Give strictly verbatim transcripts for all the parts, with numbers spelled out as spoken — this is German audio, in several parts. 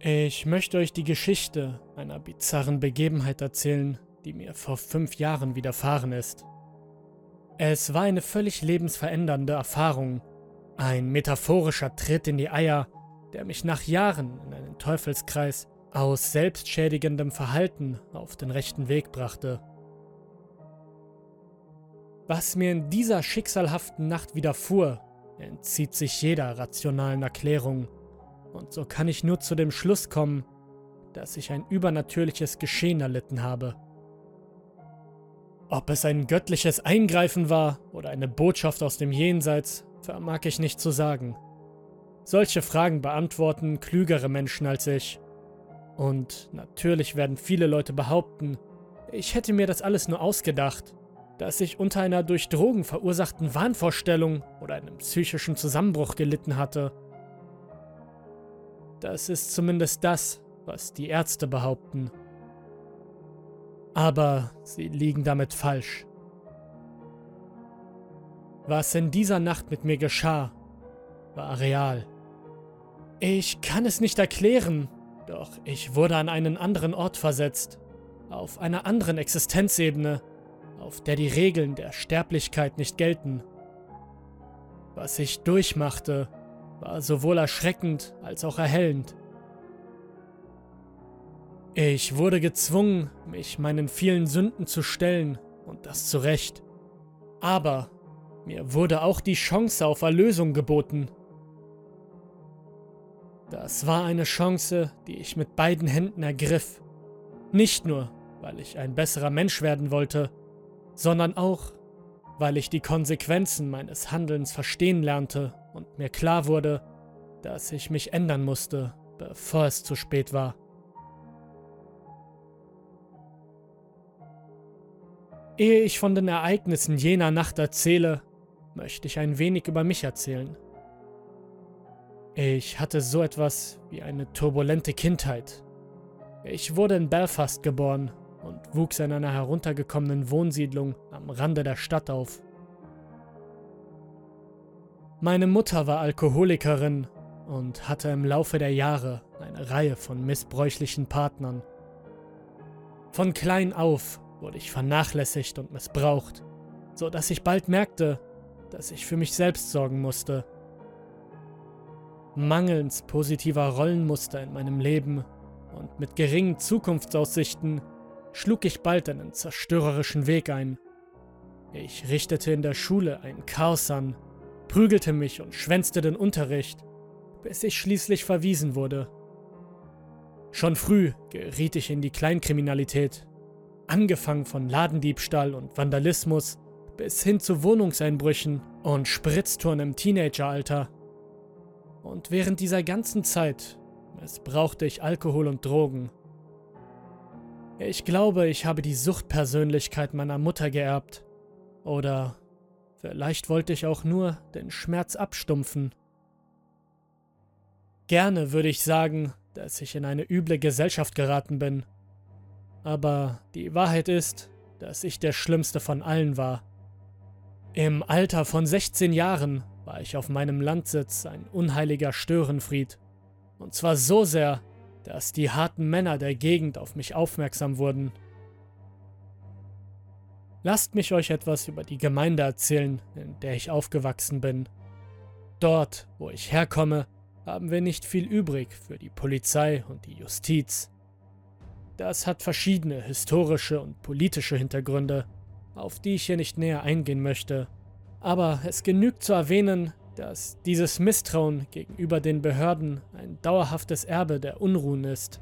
Ich möchte euch die Geschichte einer bizarren Begebenheit erzählen, die mir vor fünf Jahren widerfahren ist. Es war eine völlig lebensverändernde Erfahrung, ein metaphorischer Tritt in die Eier, der mich nach Jahren in einen Teufelskreis aus selbstschädigendem Verhalten auf den rechten Weg brachte. Was mir in dieser schicksalhaften Nacht widerfuhr, entzieht sich jeder rationalen Erklärung, und so kann ich nur zu dem Schluss kommen, dass ich ein übernatürliches Geschehen erlitten habe. Ob es ein göttliches Eingreifen war oder eine Botschaft aus dem Jenseits, vermag ich nicht zu sagen. Solche Fragen beantworten klügere Menschen als ich. Und natürlich werden viele Leute behaupten, ich hätte mir das alles nur ausgedacht, dass ich unter einer durch Drogen verursachten Wahnvorstellung oder einem psychischen Zusammenbruch gelitten hatte. Das ist zumindest das, was die Ärzte behaupten. Aber sie liegen damit falsch. Was in dieser Nacht mit mir geschah, war real. Ich kann es nicht erklären, doch ich wurde an einen anderen Ort versetzt, auf einer anderen Existenzebene, auf der die Regeln der Sterblichkeit nicht gelten. Was ich durchmachte, war sowohl erschreckend als auch erhellend. Ich wurde gezwungen, mich meinen vielen Sünden zu stellen, und das zu Recht. Aber mir wurde auch die Chance auf Erlösung geboten. Das war eine Chance, die ich mit beiden Händen ergriff. Nicht nur, weil ich ein besserer Mensch werden wollte, sondern auch, weil ich die Konsequenzen meines Handelns verstehen lernte und mir klar wurde, dass ich mich ändern musste, bevor es zu spät war. Ehe ich von den Ereignissen jener Nacht erzähle, möchte ich ein wenig über mich erzählen. Ich hatte so etwas wie eine turbulente Kindheit. Ich wurde in Belfast geboren und wuchs in einer heruntergekommenen Wohnsiedlung am Rande der Stadt auf. Meine Mutter war Alkoholikerin und hatte im Laufe der Jahre eine Reihe von missbräuchlichen Partnern. Von klein auf wurde ich vernachlässigt und missbraucht, so dass ich bald merkte, dass ich für mich selbst sorgen musste. Mangels positiver Rollenmuster in meinem Leben und mit geringen Zukunftsaussichten schlug ich bald einen zerstörerischen Weg ein. Ich richtete in der Schule ein Chaos an, prügelte mich und schwänzte den Unterricht, bis ich schließlich verwiesen wurde. Schon früh geriet ich in die Kleinkriminalität, angefangen von Ladendiebstahl und Vandalismus bis hin zu Wohnungseinbrüchen und Spritztouren im Teenageralter. Und während dieser ganzen Zeit missbrauchte ich Alkohol und Drogen. Ich glaube, ich habe die Suchtpersönlichkeit meiner Mutter geerbt. Oder vielleicht wollte ich auch nur den Schmerz abstumpfen. Gerne würde ich sagen, dass ich in eine üble Gesellschaft geraten bin. Aber die Wahrheit ist, dass ich der Schlimmste von allen war. Im Alter von sechzehn Jahren war ich auf meinem Landsitz ein unheiliger Störenfried. Und zwar so sehr, dass die harten Männer der Gegend auf mich aufmerksam wurden. Lasst mich euch etwas über die Gemeinde erzählen, in der ich aufgewachsen bin. Dort, wo ich herkomme, haben wir nicht viel übrig für die Polizei und die Justiz. Das hat verschiedene historische und politische Hintergründe, auf die ich hier nicht näher eingehen möchte. Aber es genügt zu erwähnen, dass dieses Misstrauen gegenüber den Behörden ein dauerhaftes Erbe der Unruhen ist.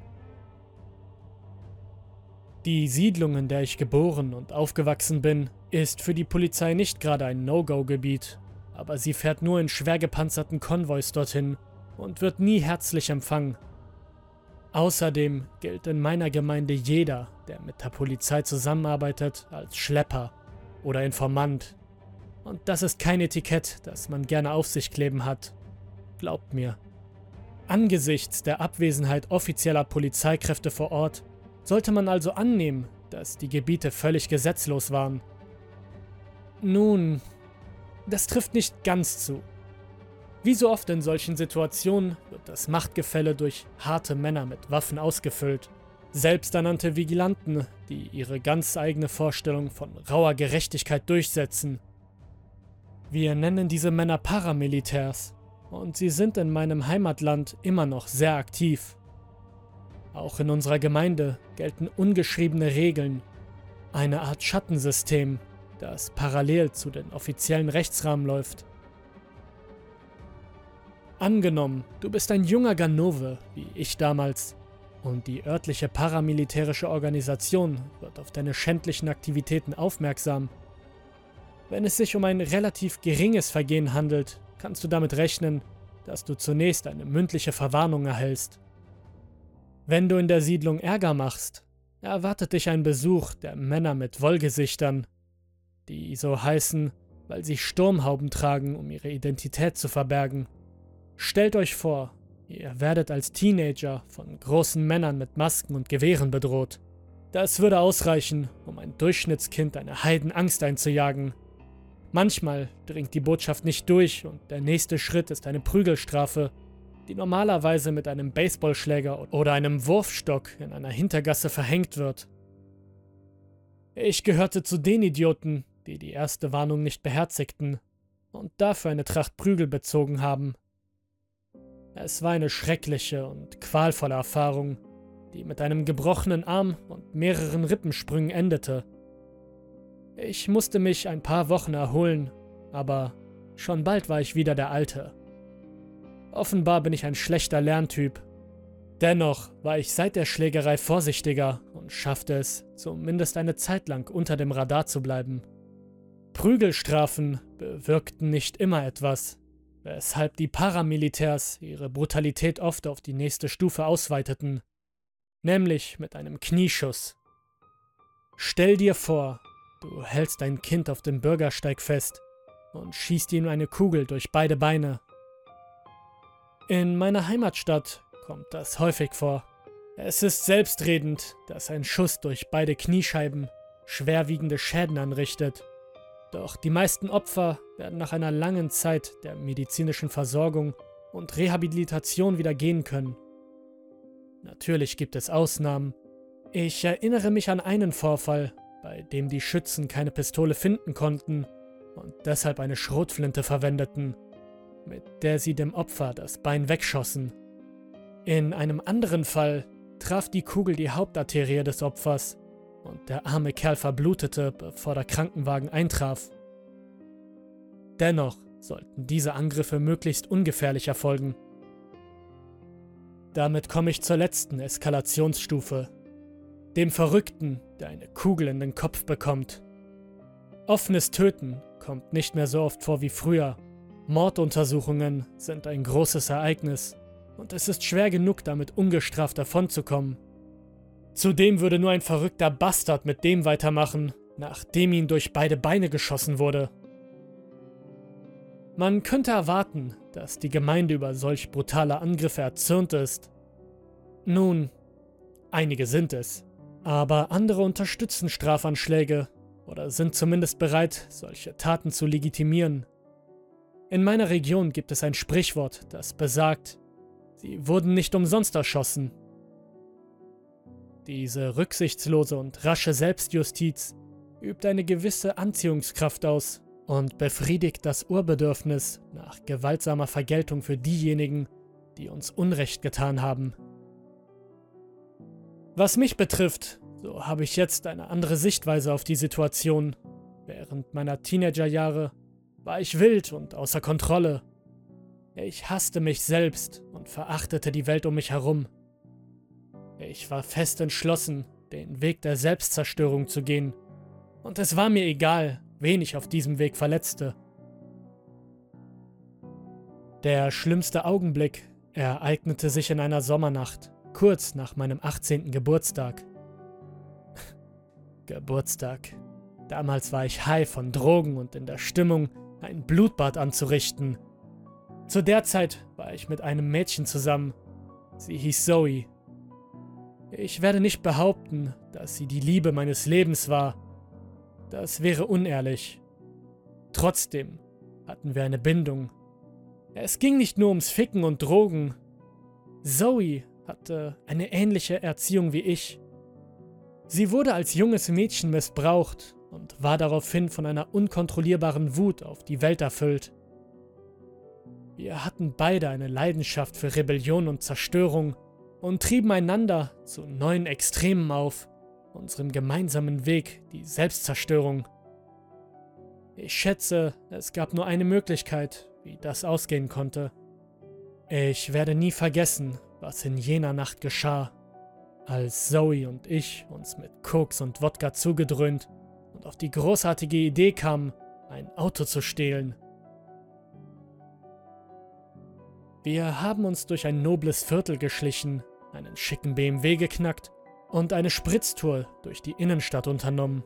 Die Siedlung, in der ich geboren und aufgewachsen bin, ist für die Polizei nicht gerade ein No-Go-Gebiet, aber sie fährt nur in schwer gepanzerten Konvois dorthin und wird nie herzlich empfangen. Außerdem gilt in meiner Gemeinde jeder, der mit der Polizei zusammenarbeitet, als Schlepper oder Informant. Und das ist kein Etikett, das man gerne auf sich kleben hat. Glaubt mir. Angesichts der Abwesenheit offizieller Polizeikräfte vor Ort sollte man also annehmen, dass die Gebiete völlig gesetzlos waren. Nun, das trifft nicht ganz zu. Wie so oft in solchen Situationen wird das Machtgefälle durch harte Männer mit Waffen ausgefüllt. Selbsternannte Vigilanten, die ihre ganz eigene Vorstellung von rauer Gerechtigkeit durchsetzen. Wir nennen diese Männer Paramilitärs und sie sind in meinem Heimatland immer noch sehr aktiv. Auch in unserer Gemeinde gelten ungeschriebene Regeln, eine Art Schattensystem, das parallel zu den offiziellen Rechtsrahmen läuft. Angenommen, du bist ein junger Ganove, wie ich damals, und die örtliche paramilitärische Organisation wird auf deine schändlichen Aktivitäten aufmerksam. Wenn es sich um ein relativ geringes Vergehen handelt, kannst du damit rechnen, dass du zunächst eine mündliche Verwarnung erhältst. Wenn du in der Siedlung Ärger machst, erwartet dich ein Besuch der Männer mit Wollgesichtern, die so heißen, weil sie Sturmhauben tragen, um ihre Identität zu verbergen. Stellt euch vor, ihr werdet als Teenager von großen Männern mit Masken und Gewehren bedroht. Das würde ausreichen, um ein Durchschnittskind eine Heidenangst einzujagen. Manchmal dringt die Botschaft nicht durch und der nächste Schritt ist eine Prügelstrafe, die normalerweise mit einem Baseballschläger oder einem Wurfstock in einer Hintergasse verhängt wird. Ich gehörte zu den Idioten, die die erste Warnung nicht beherzigten und dafür eine Tracht Prügel bezogen haben. Es war eine schreckliche und qualvolle Erfahrung, die mit einem gebrochenen Arm und mehreren Rippensprüngen endete. Ich musste mich ein paar Wochen erholen, aber schon bald war ich wieder der Alte. Offenbar bin ich ein schlechter Lerntyp. Dennoch war ich seit der Schlägerei vorsichtiger und schaffte es, zumindest eine Zeit lang unter dem Radar zu bleiben. Prügelstrafen bewirkten nicht immer etwas, weshalb die Paramilitärs ihre Brutalität oft auf die nächste Stufe ausweiteten, nämlich mit einem Knieschuss. Stell dir vor, du hältst ein Kind auf dem Bürgersteig fest und schießt ihm eine Kugel durch beide Beine. In meiner Heimatstadt kommt das häufig vor. Es ist selbstredend, dass ein Schuss durch beide Kniescheiben schwerwiegende Schäden anrichtet. Doch die meisten Opfer werden nach einer langen Zeit der medizinischen Versorgung und Rehabilitation wieder gehen können. Natürlich gibt es Ausnahmen. Ich erinnere mich an einen Vorfall, bei dem die Schützen keine Pistole finden konnten und deshalb eine Schrotflinte verwendeten, mit der sie dem Opfer das Bein wegschossen. In einem anderen Fall traf die Kugel die Hauptarterie des Opfers und der arme Kerl verblutete, bevor der Krankenwagen eintraf. Dennoch sollten diese Angriffe möglichst ungefährlich erfolgen. Damit komme ich zur letzten Eskalationsstufe, dem Verrückten, der eine Kugel in den Kopf bekommt. Offenes Töten kommt nicht mehr so oft vor wie früher. Morduntersuchungen sind ein großes Ereignis und es ist schwer genug, damit ungestraft davonzukommen. Zudem würde nur ein verrückter Bastard mit dem weitermachen, nachdem ihm durch beide Beine geschossen wurde. Man könnte erwarten, dass die Gemeinde über solch brutale Angriffe erzürnt ist. Nun, einige sind es, aber andere unterstützen Strafanschläge oder sind zumindest bereit, solche Taten zu legitimieren. In meiner Region gibt es ein Sprichwort, das besagt, sie wurden nicht umsonst erschossen. Diese rücksichtslose und rasche Selbstjustiz übt eine gewisse Anziehungskraft aus und befriedigt das Urbedürfnis nach gewaltsamer Vergeltung für diejenigen, die uns Unrecht getan haben. Was mich betrifft, so habe ich jetzt eine andere Sichtweise auf die Situation. Während meiner Teenagerjahre war ich wild und außer Kontrolle. Ich hasste mich selbst und verachtete die Welt um mich herum. Ich war fest entschlossen, den Weg der Selbstzerstörung zu gehen, und es war mir egal, wen ich auf diesem Weg verletzte. Der schlimmste Augenblick ereignete sich in einer Sommernacht, kurz nach meinem achtzehnten Geburtstag. Geburtstag. Damals war ich high von Drogen und in der Stimmung, ein Blutbad anzurichten. Zu der Zeit war ich mit einem Mädchen zusammen. Sie hieß Zoe. Ich werde nicht behaupten, dass sie die Liebe meines Lebens war. Das wäre unehrlich. Trotzdem hatten wir eine Bindung. Es ging nicht nur ums Ficken und Drogen. Zoe hatte eine ähnliche Erziehung wie ich. Sie wurde als junges Mädchen missbraucht und war daraufhin von einer unkontrollierbaren Wut auf die Welt erfüllt. Wir hatten beide eine Leidenschaft für Rebellion und Zerstörung und trieben einander zu neuen Extremen auf, unserem gemeinsamen Weg, die Selbstzerstörung. Ich schätze, es gab nur eine Möglichkeit, wie das ausgehen konnte. Ich werde nie vergessen, was in jener Nacht geschah, als Zoe und ich uns mit Koks und Wodka zugedröhnt und auf die großartige Idee kamen, ein Auto zu stehlen. Wir haben uns durch ein nobles Viertel geschlichen, einen schicken B M W geknackt und eine Spritztour durch die Innenstadt unternommen.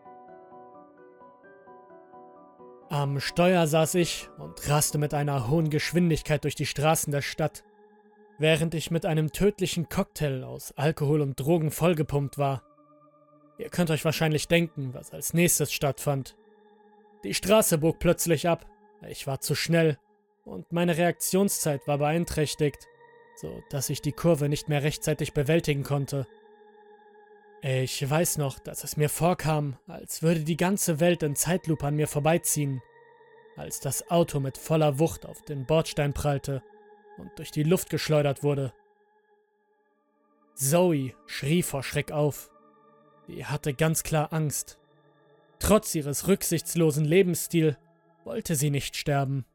Am Steuer saß ich und raste mit einer hohen Geschwindigkeit durch die Straßen der Stadt, während ich mit einem tödlichen Cocktail aus Alkohol und Drogen vollgepumpt war. Ihr könnt euch wahrscheinlich denken, was als nächstes stattfand. Die Straße bog plötzlich ab, ich war zu schnell und meine Reaktionszeit war beeinträchtigt, so dass ich die Kurve nicht mehr rechtzeitig bewältigen konnte. Ich weiß noch, dass es mir vorkam, als würde die ganze Welt in Zeitlupe an mir vorbeiziehen, als das Auto mit voller Wucht auf den Bordstein prallte und durch die Luft geschleudert wurde. Zoe schrie vor Schreck auf. Sie hatte ganz klar Angst. Trotz ihres rücksichtslosen Lebensstils wollte sie nicht sterben.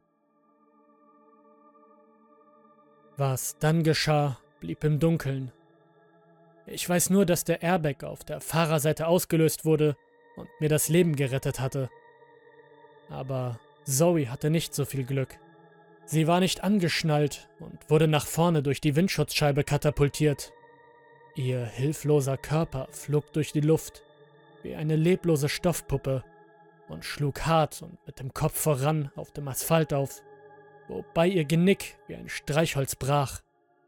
Was dann geschah, blieb im Dunkeln. Ich weiß nur, dass der Airbag auf der Fahrerseite ausgelöst wurde und mir das Leben gerettet hatte. Aber Zoe hatte nicht so viel Glück. Sie war nicht angeschnallt und wurde nach vorne durch die Windschutzscheibe katapultiert. Ihr hilfloser Körper flog durch die Luft wie eine leblose Stoffpuppe und schlug hart und mit dem Kopf voran auf dem Asphalt auf, wobei ihr Genick wie ein Streichholz brach.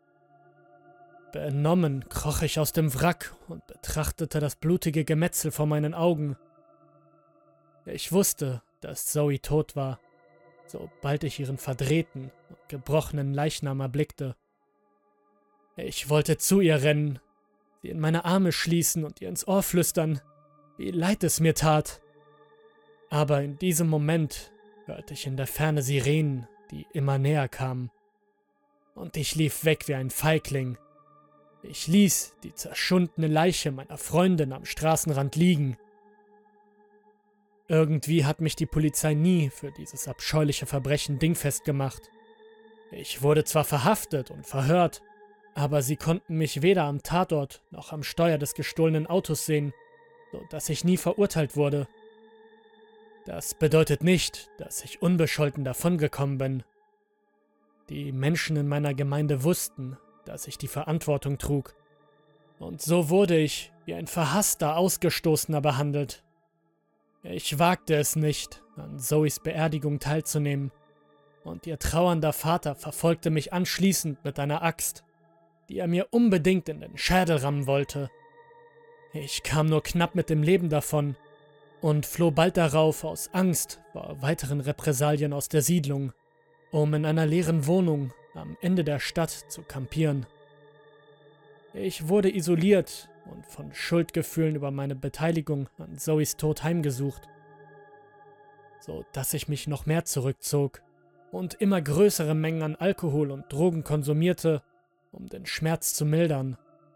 Benommen kroch ich aus dem Wrack und betrachtete das blutige Gemetzel vor meinen Augen. Ich wusste, dass Zoe tot war, sobald ich ihren verdrehten und gebrochenen Leichnam erblickte. Ich wollte zu ihr rennen, sie in meine Arme schließen und ihr ins Ohr flüstern, wie leid es mir tat. Aber in diesem Moment hörte ich in der Ferne Sirenen, die immer näher kamen. Und ich lief weg wie ein Feigling. Ich ließ die zerschundene Leiche meiner Freundin am Straßenrand liegen. Irgendwie hat mich die Polizei nie für dieses abscheuliche Verbrechen dingfest gemacht. Ich wurde zwar verhaftet und verhört, aber sie konnten mich weder am Tatort noch am Steuer des gestohlenen Autos sehen, so dass ich nie verurteilt wurde. Das bedeutet nicht, dass ich unbescholten davongekommen bin. Die Menschen in meiner Gemeinde wussten, dass ich die Verantwortung trug. Und so wurde ich wie ein verhasster Ausgestoßener behandelt. Ich wagte es nicht, an Zoes Beerdigung teilzunehmen, und ihr trauernder Vater verfolgte mich anschließend mit einer Axt, die er mir unbedingt in den Schädel rammen wollte. Ich kam nur knapp mit dem Leben davon und floh bald darauf aus Angst vor weiteren Repressalien aus der Siedlung, um in einer leeren Wohnung am Ende der Stadt zu kampieren. Ich wurde isoliert und von Schuldgefühlen über meine Beteiligung an Zoes Tod heimgesucht, so dass ich mich noch mehr zurückzog und immer größere Mengen an Alkohol und Drogen konsumierte, um den Schmerz zu mildern.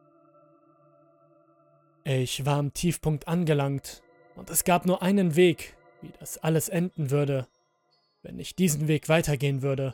Ich war am Tiefpunkt angelangt und es gab nur einen Weg, wie das alles enden würde, wenn ich diesen Weg weitergehen würde.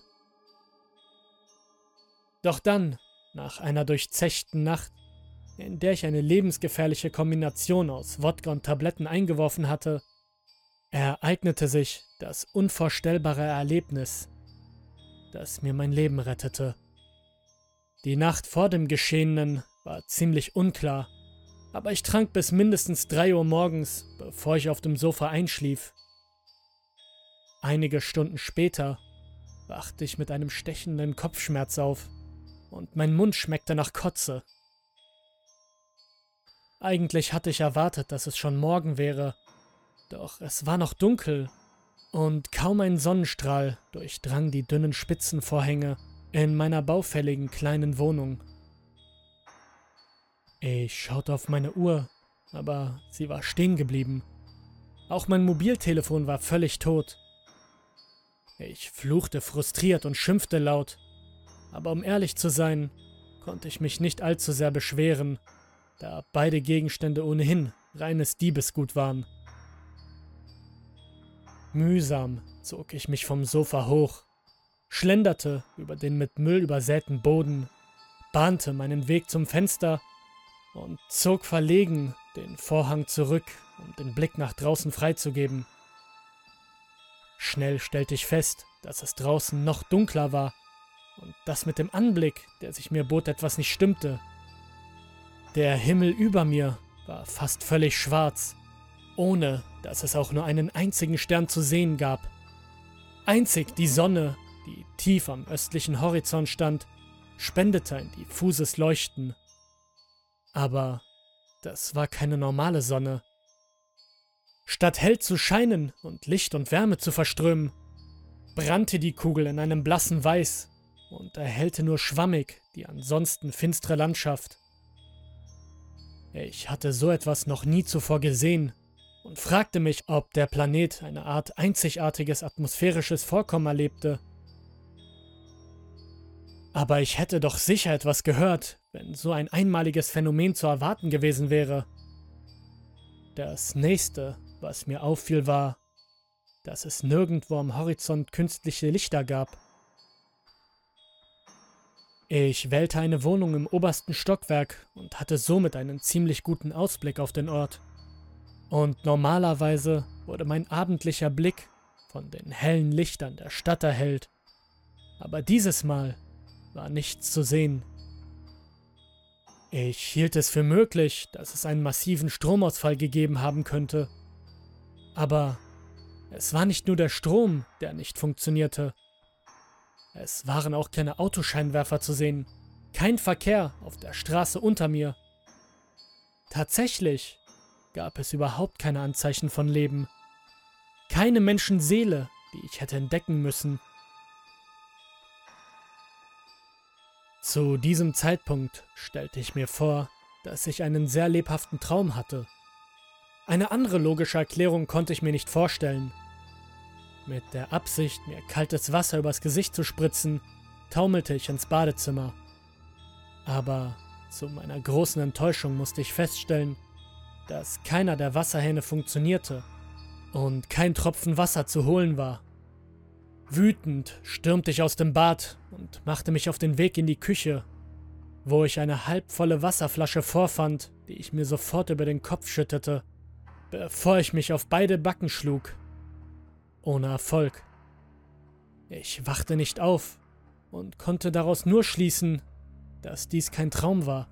Doch dann, nach einer durchzechten Nacht, in der ich eine lebensgefährliche Kombination aus Wodka und Tabletten eingeworfen hatte, ereignete sich das unvorstellbare Erlebnis, das mir mein Leben rettete. Die Nacht vor dem Geschehenen war ziemlich unklar, aber ich trank bis mindestens drei Uhr morgens, bevor ich auf dem Sofa einschlief. Einige Stunden später wachte ich mit einem stechenden Kopfschmerz auf und mein Mund schmeckte nach Kotze. Eigentlich hatte ich erwartet, dass es schon morgen wäre, doch es war noch dunkel Und kaum ein Sonnenstrahl durchdrang die dünnen Spitzenvorhänge in meiner baufälligen kleinen Wohnung. Ich schaute auf meine Uhr, aber sie war stehen geblieben. Auch mein Mobiltelefon war völlig tot. Ich fluchte frustriert und schimpfte laut, aber um ehrlich zu sein, konnte ich mich nicht allzu sehr beschweren, da beide Gegenstände ohnehin reines Diebesgut waren. Mühsam zog ich mich vom Sofa hoch, schlenderte über den mit Müll übersäten Boden, bahnte meinen Weg zum Fenster und zog verlegen den Vorhang zurück, um den Blick nach draußen freizugeben. Schnell stellte ich fest, dass es draußen noch dunkler war und dass mit dem Anblick, der sich mir bot, etwas nicht stimmte. Der Himmel über mir war fast völlig schwarz, ohne dass es auch nur einen einzigen Stern zu sehen gab. Einzig die Sonne, die tief am östlichen Horizont stand, spendete ein diffuses Leuchten. Aber das war keine normale Sonne. Statt hell zu scheinen und Licht und Wärme zu verströmen, brannte die Kugel in einem blassen Weiß und erhellte nur schwammig die ansonsten finstere Landschaft. Ich hatte so etwas noch nie zuvor gesehen und fragte mich, ob der Planet eine Art einzigartiges atmosphärisches Vorkommen erlebte. Aber ich hätte doch sicher etwas gehört, wenn so ein einmaliges Phänomen zu erwarten gewesen wäre. Das nächste, was mir auffiel, war, dass es nirgendwo am Horizont künstliche Lichter gab. Ich wählte eine Wohnung im obersten Stockwerk und hatte somit einen ziemlich guten Ausblick auf den Ort. Und normalerweise wurde mein abendlicher Blick von den hellen Lichtern der Stadt erhellt. Aber dieses Mal war nichts zu sehen. Ich hielt es für möglich, dass es einen massiven Stromausfall gegeben haben könnte. Aber es war nicht nur der Strom, der nicht funktionierte. Es waren auch keine Autoscheinwerfer zu sehen, kein Verkehr auf der Straße unter mir. Tatsächlich gab es überhaupt keine Anzeichen von Leben. Keine Menschenseele, die ich hätte entdecken müssen. Zu diesem Zeitpunkt stellte ich mir vor, dass ich einen sehr lebhaften Traum hatte. Eine andere logische Erklärung konnte ich mir nicht vorstellen. Mit der Absicht, mir kaltes Wasser übers Gesicht zu spritzen, taumelte ich ins Badezimmer. Aber zu meiner großen Enttäuschung musste ich feststellen, dass keiner der Wasserhähne funktionierte und kein Tropfen Wasser zu holen war. Wütend stürmte ich aus dem Bad und machte mich auf den Weg in die Küche, wo ich eine halbvolle Wasserflasche vorfand, die ich mir sofort über den Kopf schüttete, bevor ich mich auf beide Backen schlug. Ohne Erfolg. Ich wachte nicht auf und konnte daraus nur schließen, dass dies kein Traum war.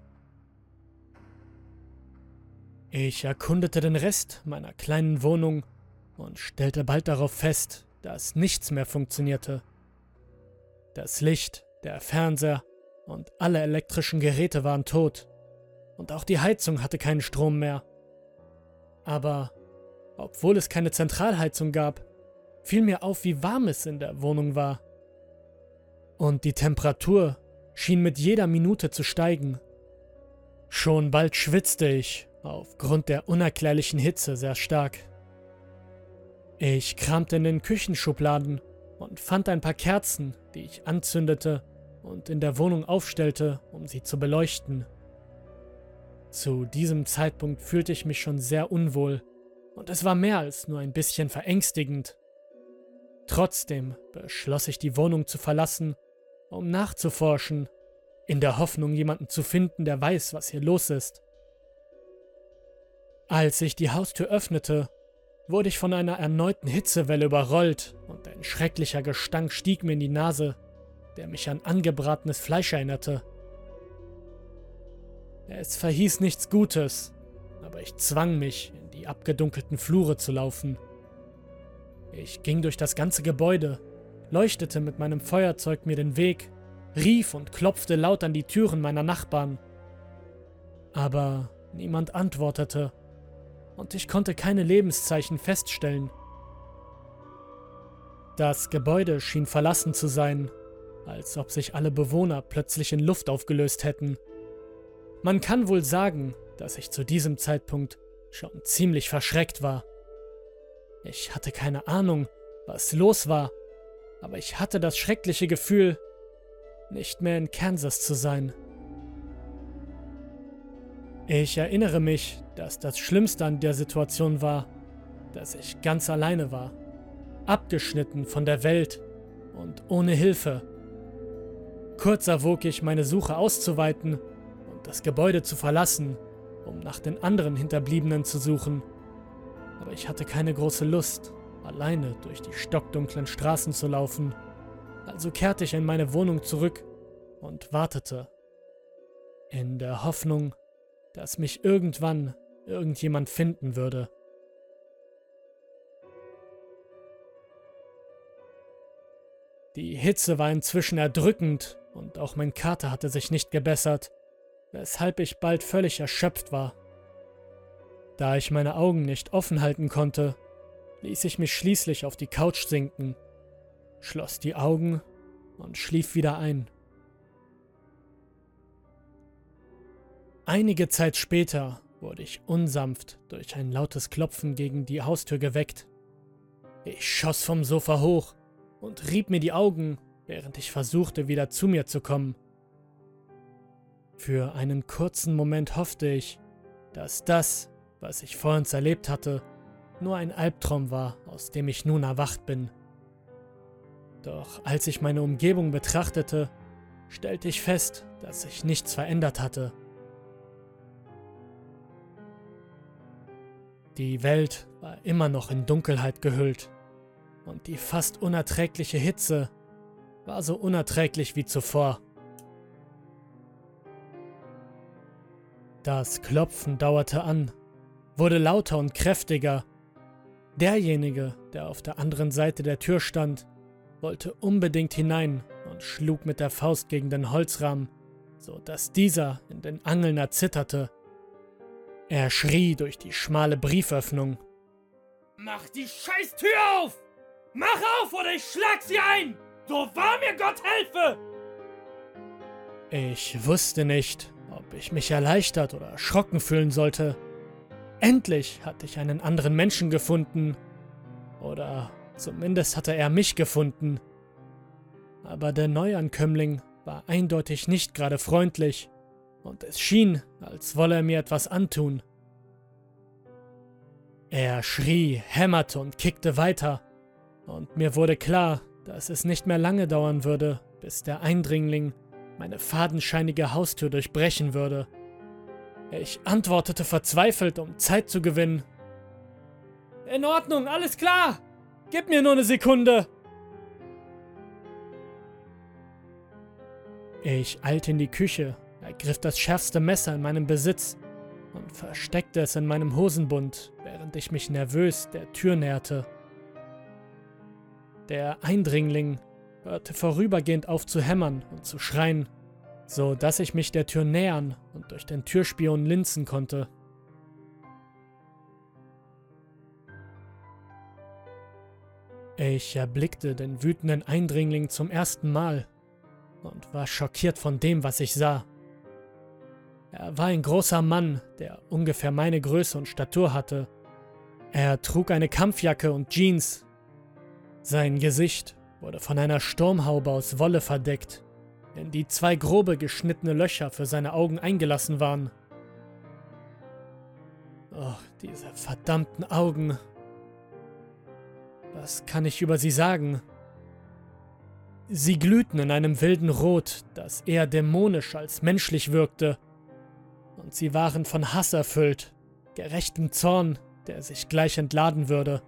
Ich erkundete den Rest meiner kleinen Wohnung und stellte bald darauf fest, dass nichts mehr funktionierte. Das Licht, der Fernseher und alle elektrischen Geräte waren tot und auch die Heizung hatte keinen Strom mehr. Aber obwohl es keine Zentralheizung gab, fiel mir auf, wie warm es in der Wohnung war. Und die Temperatur schien mit jeder Minute zu steigen. Schon bald schwitzte ich, aufgrund der unerklärlichen Hitze sehr stark. Ich kramte in den Küchenschubladen und fand ein paar Kerzen, die ich anzündete und in der Wohnung aufstellte, um sie zu beleuchten. Zu diesem Zeitpunkt fühlte ich mich schon sehr unwohl und es war mehr als nur ein bisschen verängstigend. Trotzdem beschloss ich, die Wohnung zu verlassen, um nachzuforschen, in der Hoffnung, jemanden zu finden, der weiß, was hier los ist. Als ich die Haustür öffnete, wurde ich von einer erneuten Hitzewelle überrollt und ein schrecklicher Gestank stieg mir in die Nase, der mich an angebratenes Fleisch erinnerte. Es verhieß nichts Gutes, aber ich zwang mich, in die abgedunkelten Flure zu laufen. Ich ging durch das ganze Gebäude, leuchtete mit meinem Feuerzeug mir den Weg, rief und klopfte laut an die Türen meiner Nachbarn. Aber niemand antwortete und ich konnte keine Lebenszeichen feststellen. Das Gebäude schien verlassen zu sein, als ob sich alle Bewohner plötzlich in Luft aufgelöst hätten. Man kann wohl sagen, dass ich zu diesem Zeitpunkt schon ziemlich verschreckt war. Ich hatte keine Ahnung, was los war, aber ich hatte das schreckliche Gefühl, nicht mehr in Kansas zu sein. Ich erinnere mich, dass das Schlimmste an der Situation war, dass ich ganz alleine war, abgeschnitten von der Welt und ohne Hilfe. Kurz erwog ich, meine Suche auszuweiten und das Gebäude zu verlassen, um nach den anderen Hinterbliebenen zu suchen. Aber ich hatte keine große Lust, alleine durch die stockdunklen Straßen zu laufen. Also kehrte ich in meine Wohnung zurück und wartete, in der Hoffnung, dass mich irgendwann irgendjemand finden würde. Die Hitze war inzwischen erdrückend und auch mein Kater hatte sich nicht gebessert, weshalb ich bald völlig erschöpft war. Da ich meine Augen nicht offen halten konnte, ließ ich mich schließlich auf die Couch sinken, schloss die Augen und schlief wieder ein. Einige Zeit später wurde ich unsanft durch ein lautes Klopfen gegen die Haustür geweckt. Ich schoss vom Sofa hoch und rieb mir die Augen, während ich versuchte, wieder zu mir zu kommen. Für einen kurzen Moment hoffte ich, dass das, was ich vor uns erlebt hatte, nur ein Albtraum war, aus dem ich nun erwacht bin. Doch als ich meine Umgebung betrachtete, stellte ich fest, dass sich nichts verändert hatte. Die Welt war immer noch in Dunkelheit gehüllt und die fast unerträgliche Hitze war so unerträglich wie zuvor. Das Klopfen dauerte an, wurde lauter und kräftiger. Derjenige, der auf der anderen Seite der Tür stand, wollte unbedingt hinein und schlug mit der Faust gegen den Holzrahmen, so dass dieser in den Angeln erzitterte. Er schrie durch die schmale Brieföffnung: »Mach die scheiß Tür auf! Mach auf oder ich schlag sie ein! So wahr mir Gott helfe!« Ich wusste nicht, ob ich mich erleichtert oder erschrocken fühlen sollte. Endlich hatte ich einen anderen Menschen gefunden. Oder zumindest hatte er mich gefunden. Aber der Neuankömmling war eindeutig nicht gerade freundlich. Und es schien, als wolle er mir etwas antun. Er schrie, hämmerte und kickte weiter, und mir wurde klar, dass es nicht mehr lange dauern würde, bis der Eindringling meine fadenscheinige Haustür durchbrechen würde. Ich antwortete verzweifelt, um Zeit zu gewinnen: »In Ordnung, alles klar! Gib mir nur eine Sekunde!« Ich eilte in die Küche, ergriff das schärfste Messer in meinem Besitz und versteckte es in meinem Hosenbund, während ich mich nervös der Tür näherte. Der Eindringling hörte vorübergehend auf zu hämmern und zu schreien, so dass ich mich der Tür nähern und durch den Türspion linsen konnte. Ich erblickte den wütenden Eindringling zum ersten Mal und war schockiert von dem, was ich sah. Er war ein großer Mann, der ungefähr meine Größe und Statur hatte. Er trug eine Kampfjacke und Jeans. Sein Gesicht wurde von einer Sturmhaube aus Wolle verdeckt, in die zwei grobe geschnittene Löcher für seine Augen eingelassen waren. Oh, diese verdammten Augen. Was kann ich über sie sagen? Sie glühten in einem wilden Rot, das eher dämonisch als menschlich wirkte. Und sie waren von Hass erfüllt, gerechtem Zorn, der sich gleich entladen würde.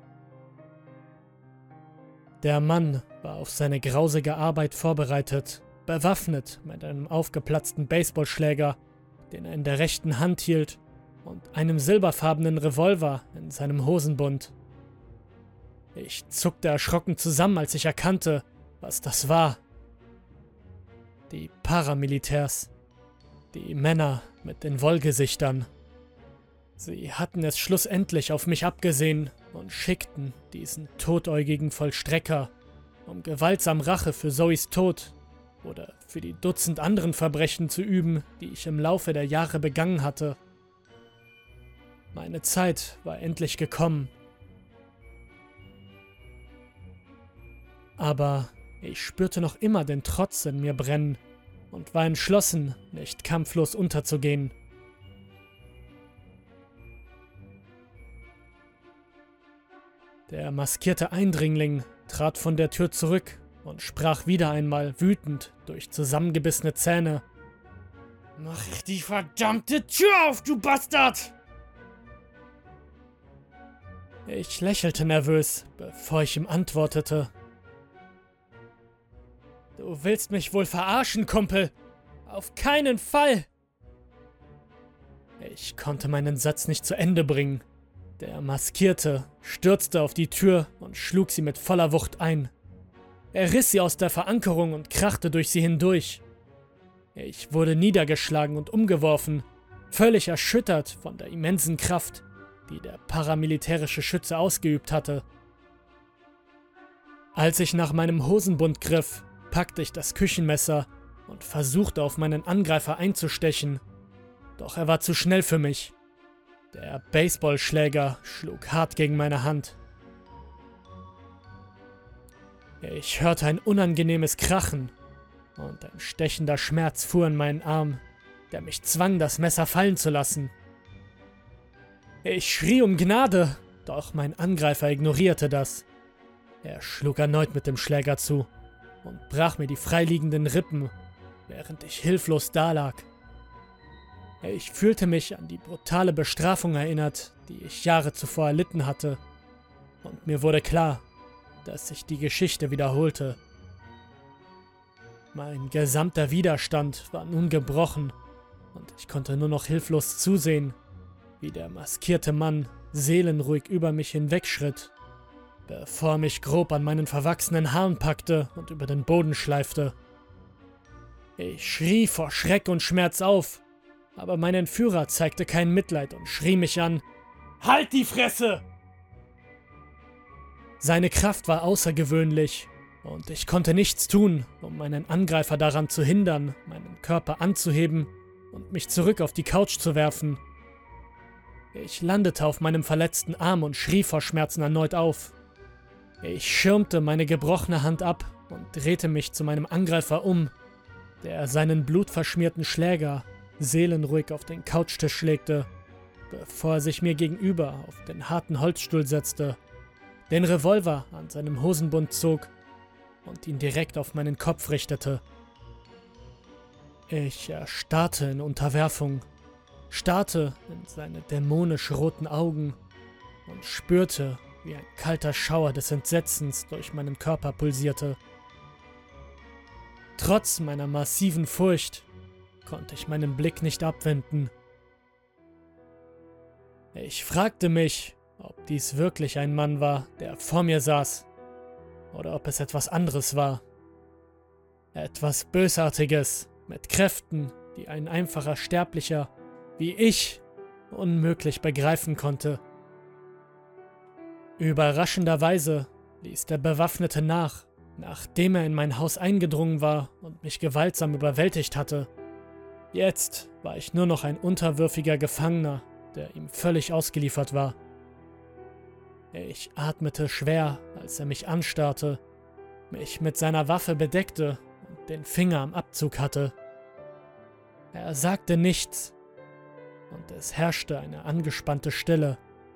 Der Mann war auf seine grausige Arbeit vorbereitet, bewaffnet mit einem aufgeplatzten Baseballschläger, den er in der rechten Hand hielt, und einem silberfarbenen Revolver in seinem Hosenbund. Ich zuckte erschrocken zusammen, als ich erkannte, was das war. Die Paramilitärs. Die Männer mit den Wollgesichtern. Sie hatten es schlussendlich auf mich abgesehen und schickten diesen todäugigen Vollstrecker um gewaltsam Rache für Zoes Tod oder für die Dutzend anderen Verbrechen zu üben, die ich im Laufe der Jahre begangen hatte. Meine Zeit war endlich gekommen. Aber ich spürte noch immer den Trotz in mir brennen und war entschlossen, nicht kampflos unterzugehen. Der maskierte Eindringling trat von der Tür zurück und sprach wieder einmal wütend durch zusammengebissene Zähne. »Mach die verdammte Tür auf, du Bastard!« Ich lächelte nervös, bevor ich ihm antwortete. »Du willst mich wohl verarschen, Kumpel? Auf keinen Fall!« Ich konnte meinen Satz nicht zu Ende bringen. Der Maskierte stürzte auf die Tür und schlug sie mit voller Wucht ein. Er riss sie aus der Verankerung und krachte durch sie hindurch. Ich wurde niedergeschlagen und umgeworfen, völlig erschüttert von der immensen Kraft, die der paramilitärische Schütze ausgeübt hatte. Als ich nach meinem Hosenbund griff, packte ich das Küchenmesser und versuchte auf meinen Angreifer einzustechen. Doch er war zu schnell für mich. Der Baseballschläger schlug hart gegen meine Hand. Ich hörte ein unangenehmes Krachen und ein stechender Schmerz fuhr in meinen Arm, der mich zwang, das Messer fallen zu lassen. Ich schrie um Gnade, doch mein Angreifer ignorierte das. Er schlug erneut mit dem Schläger zu und brach mir die freiliegenden Rippen, während ich hilflos dalag. Ich fühlte mich an die brutale Bestrafung erinnert, die ich Jahre zuvor erlitten hatte, und mir wurde klar, dass sich die Geschichte wiederholte. Mein gesamter Widerstand war nun gebrochen, und ich konnte nur noch hilflos zusehen, wie der maskierte Mann seelenruhig über mich hinwegschritt, bevor er mich grob an meinen verwachsenen Haaren packte und über den Boden schleifte. Ich schrie vor Schreck und Schmerz auf, aber mein Entführer zeigte kein Mitleid und schrie mich an: »Halt die Fresse!« Seine Kraft war außergewöhnlich und ich konnte nichts tun, um meinen Angreifer daran zu hindern, meinen Körper anzuheben und mich zurück auf die Couch zu werfen. Ich landete auf meinem verletzten Arm und schrie vor Schmerzen erneut auf. Ich schirmte meine gebrochene Hand ab und drehte mich zu meinem Angreifer um, der seinen blutverschmierten Schläger seelenruhig auf den Couchtisch legte, bevor er sich mir gegenüber auf den harten Holzstuhl setzte, den Revolver an seinem Hosenbund zog und ihn direkt auf meinen Kopf richtete. Ich erstarrte in Unterwerfung, starrte in seine dämonisch roten Augen und spürte, wie ein kalter Schauer des Entsetzens durch meinen Körper pulsierte. Trotz meiner massiven Furcht konnte ich meinen Blick nicht abwenden. Ich fragte mich, ob dies wirklich ein Mann war, der vor mir saß, oder ob es etwas anderes war. Etwas Bösartiges, mit Kräften, die ein einfacher Sterblicher wie ich unmöglich begreifen konnte. Überraschenderweise ließ der Bewaffnete nach, nachdem er in mein Haus eingedrungen war und mich gewaltsam überwältigt hatte. Jetzt war ich nur noch ein unterwürfiger Gefangener, der ihm völlig ausgeliefert war. Ich atmete schwer, als er mich anstarrte, mich mit seiner Waffe bedeckte und den Finger am Abzug hatte. Er sagte nichts, und es herrschte eine angespannte Stille.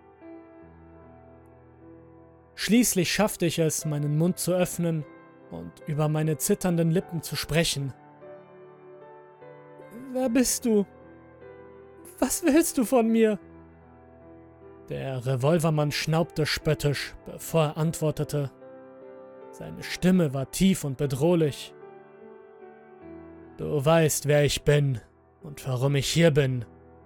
Schließlich schaffte ich es, meinen Mund zu öffnen und über meine zitternden Lippen zu sprechen. »Wer bist du? Was willst du von mir?« Der Revolvermann schnaubte spöttisch, bevor er antwortete. Seine Stimme war tief und bedrohlich. »Du weißt, wer ich bin und warum ich hier bin.«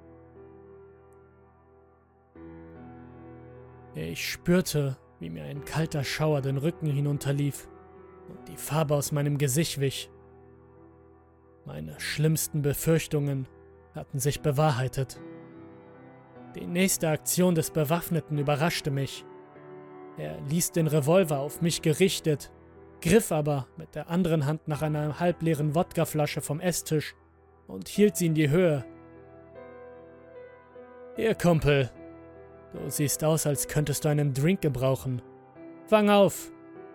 Ich spürte, wie mir ein kalter Schauer den Rücken hinunterlief und die Farbe aus meinem Gesicht wich. Meine schlimmsten Befürchtungen hatten sich bewahrheitet. Die nächste Aktion des Bewaffneten überraschte mich. Er ließ den Revolver auf mich gerichtet griff aber mit der anderen Hand nach einer halbleeren Wodkaflasche vom Esstisch und hielt sie in die Höhe. »Hier, Kumpel, du siehst aus, als könntest du einen Drink gebrauchen. Fang auf!«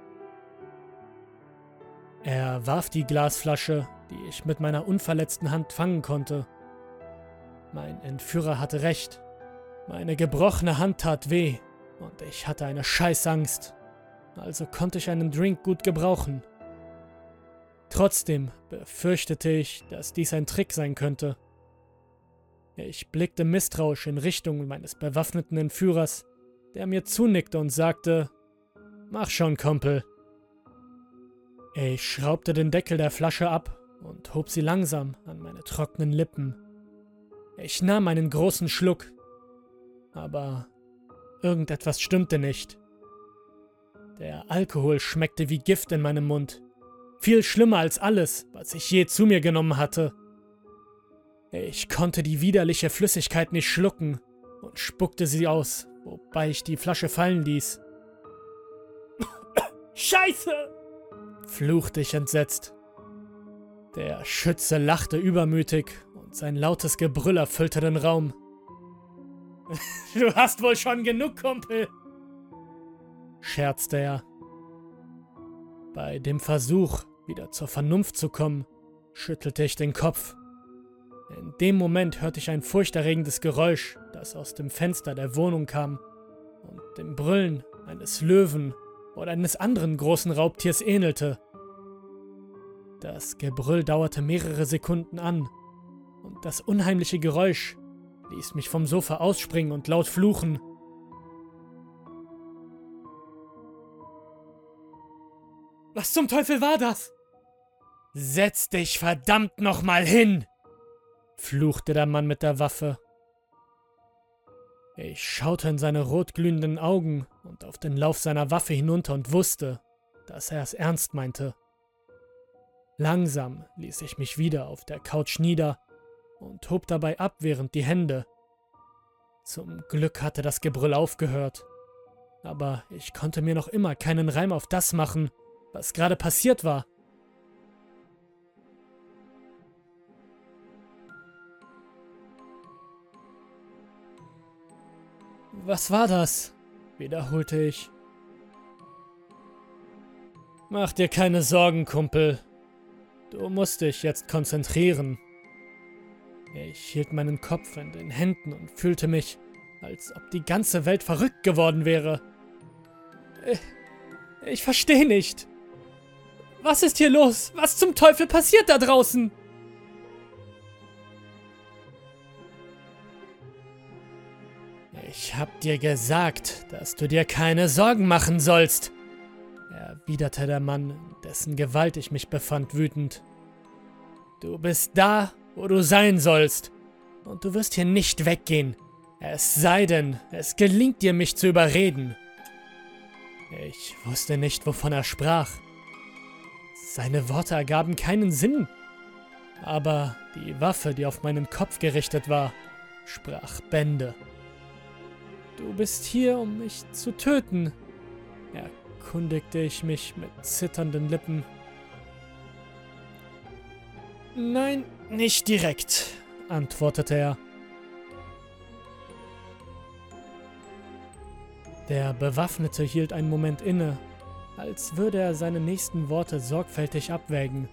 Er warf die Glasflasche, die ich mit meiner unverletzten Hand fangen konnte. Mein Entführer hatte recht. Meine gebrochene Hand tat weh und ich hatte eine Scheißangst. Also konnte ich einen Drink gut gebrauchen. Trotzdem befürchtete ich, dass dies ein Trick sein könnte. Ich blickte misstrauisch in Richtung meines bewaffneten Entführers, der mir zunickte und sagte: »Mach schon, Kumpel.« Ich schraubte den Deckel der Flasche ab und hob sie langsam an meine trockenen Lippen. Ich nahm einen großen Schluck, aber irgendetwas stimmte nicht. Der Alkohol schmeckte wie Gift in meinem Mund, viel schlimmer als alles, was ich je zu mir genommen hatte. Ich konnte die widerliche Flüssigkeit nicht schlucken und spuckte sie aus, wobei ich die Flasche fallen ließ. Scheiße! Fluchte ich entsetzt. Der Schütze lachte übermütig und sein lautes Gebrüll erfüllte den Raum. Du hast wohl schon genug, Kumpel, scherzte er. Bei dem Versuch, wieder zur Vernunft zu kommen, schüttelte ich den Kopf. In dem Moment hörte ich ein furchterregendes Geräusch, das aus dem Fenster der Wohnung kam und dem Brüllen eines Löwen oder eines anderen großen Raubtiers ähnelte. Das Gebrüll dauerte mehrere Sekunden an und das unheimliche Geräusch ließ mich vom Sofa ausspringen und laut fluchen. Was zum Teufel war das? »Setz dich verdammt nochmal hin!« fluchte der Mann mit der Waffe. Ich schaute in seine rotglühenden Augen und auf den Lauf seiner Waffe hinunter und wusste, dass er es ernst meinte. Langsam ließ ich mich wieder auf der Couch nieder und hob dabei abwehrend die Hände. Zum Glück hatte das Gebrüll aufgehört, aber ich konnte mir noch immer keinen Reim auf das machen, was gerade passiert war. »Was war das?« wiederholte ich. »Mach dir keine Sorgen, Kumpel. Du musst dich jetzt konzentrieren.« Ich hielt meinen Kopf in den Händen und fühlte mich, als ob die ganze Welt verrückt geworden wäre. Ich, ich verstehe nicht. Was ist hier los? Was zum Teufel passiert da draußen? »Ich hab dir gesagt, dass du dir keine Sorgen machen sollst«, erwiderte der Mann, in dessen Gewalt ich mich befand, wütend. »Du bist da, wo du sein sollst, und du wirst hier nicht weggehen, es sei denn, es gelingt dir, mich zu überreden.« Ich wusste nicht, wovon er sprach. Seine Worte ergaben keinen Sinn, aber die Waffe, die auf meinen Kopf gerichtet war, sprach Bände. »Du bist hier, um mich zu töten«, erkundigte ich mich mit zitternden Lippen. »Nein, nicht direkt«, antwortete er. Der Bewaffnete hielt einen Moment inne, als würde er seine nächsten Worte sorgfältig abwägen.